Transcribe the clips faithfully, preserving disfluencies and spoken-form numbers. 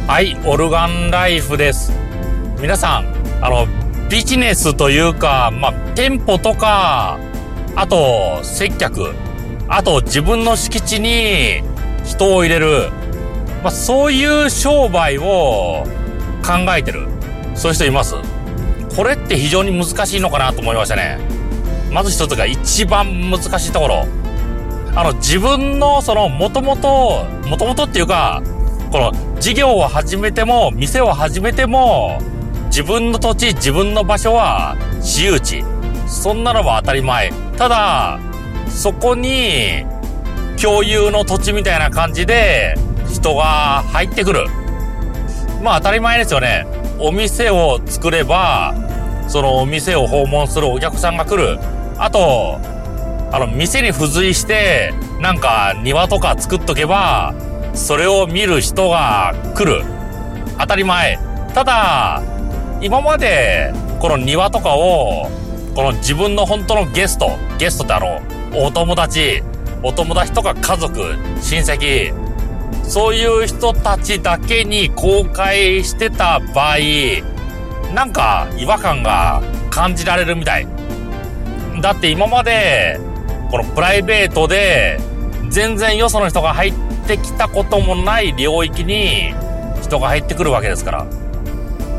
はい、オルガンライフです。皆さん、あの、ビジネスというか、まあ、店舗とか、あと、接客、あと、自分の敷地に人を入れる、まあ、そういう商売を考えてる、そういう人います？これって非常に難しいのかなと思いましたね。まず一つが一番難しいところ。あの、自分の、その、もともと、もともとっていうか、この、事業を始めても、店を始めても、自分の土地、自分の場所は、私有地。そんなのは当たり前。ただ、そこに、共有の土地みたいな感じで、人が入ってくる。まあ当たり前ですよね。お店を作れば、そのお店を訪問するお客さんが来る。あと、あの、店に付随して、なんか庭とか作っとけば、それを見る人が来る。当たり前。ただ、今まで、この庭とかを、この自分の本当のゲスト、ゲストってあの、お友達、お友達とか家族、親戚、そういう人たちだけに公開してた場合、なんか違和感が感じられるみたい。だって今まで、このプライベートで、全然よその人が入ってきたこともない領域に人が入ってくるわけですから。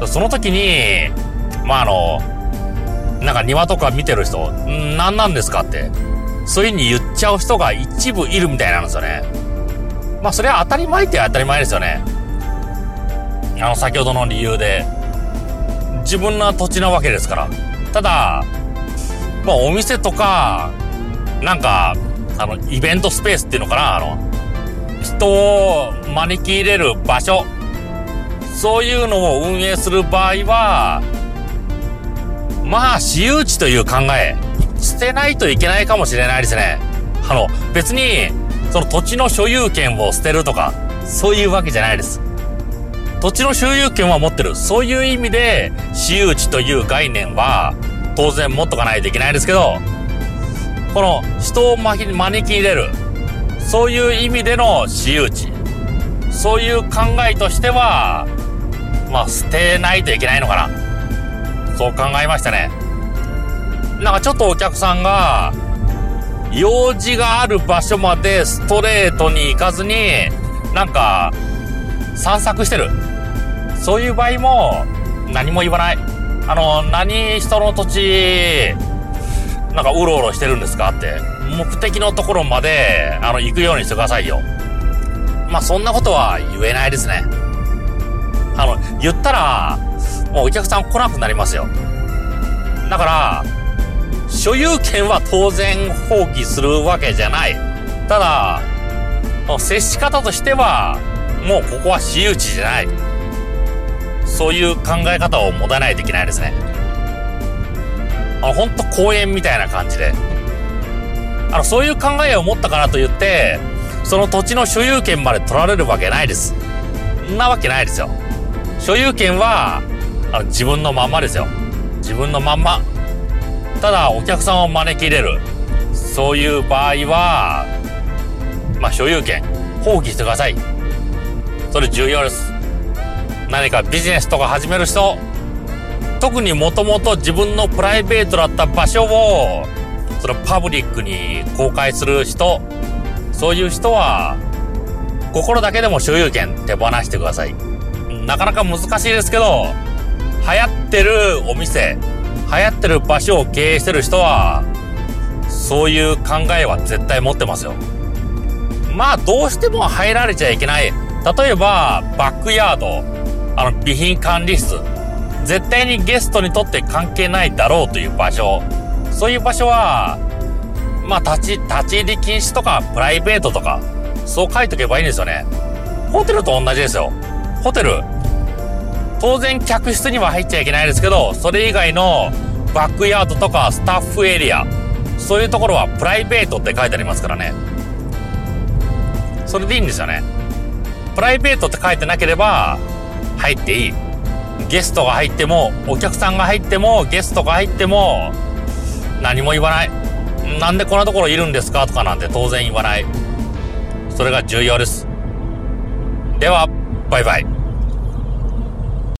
その時に、まああの、なんか庭とか見てる人、ん何なんですかって、そういう風に言っちゃう人が一部いるみたいなんですよね。まあそれは当たり前って当たり前ですよね。あの先ほどの理由で、自分の土地なわけですから。ただ、まあお店とか、なんか、あの、イベントスペースっていうのかな、あの、人を招き入れる場所、そういうのを運営する場合は、まあ、私有地という考え、捨てないといけないかもしれないですね。あの、別に、その土地の所有権を捨てるとか、そういうわけじゃないです。土地の所有権は持ってる。そういう意味で、私有地という概念は、当然持っとかないといけないですけど、この人を招き入れる、そういう意味での私有地、そういう考えとしては、まあ捨てないといけないのかな。そう考えましたね。なんかちょっとお客さんが、用事がある場所までストレートに行かずに、なんか、散策してる。そういう場合も、何も言わない。あの、何人の土地、なんかうろうろしてるんですかって、目的のところまで、あの、行くようにしてくださいよ。まあ、そんなことは言えないですね。あの、言ったら、もうお客さん来なくなりますよ。だから、所有権は当然放棄するわけじゃない。ただ、接し方としては、もうここは私有地じゃない。そういう考え方を持たないといけないですね。あの、ほんと公園みたいな感じで。あの、そういう考えを持ったからといって、その土地の所有権まで取られるわけないです。そんなわけないですよ。所有権は、あの、自分のまんまですよ。自分のまんま。ただ、お客さんを招き入れる。そういう場合は、まあ、所有権、放棄してください。それ重要です。何かビジネスとか始める人、特にもともと自分のプライベートだった場所を、そのパブリックに公開する人、そういう人は、心だけでも所有権手放してください。なかなか難しいですけど、流行ってるお店、流行ってる場所を経営してる人は、そういう考えは絶対持ってますよ。まあ、どうしても入られちゃいけない。例えば、バックヤード、あの、備品管理室。絶対にゲストにとって関係ないだろうという場所。そういう場所は、まあ、立ち、立ち入り禁止とか、プライベートとか、そう書いとけばいいんですよね。ホテルと同じですよ。ホテル。当然客室には入っちゃいけないですけど、それ以外のバックヤードとかスタッフエリア、そういうところはプライベートって書いてありますからね。それでいいんですよね。プライベートって書いてなければ、入っていい。ゲストが入っても、お客さんが入っても、ゲストが入っても、何も言わない。なんでこんなところいるんですかとかなんて当然言わない。それが重要です。では、バイバイ。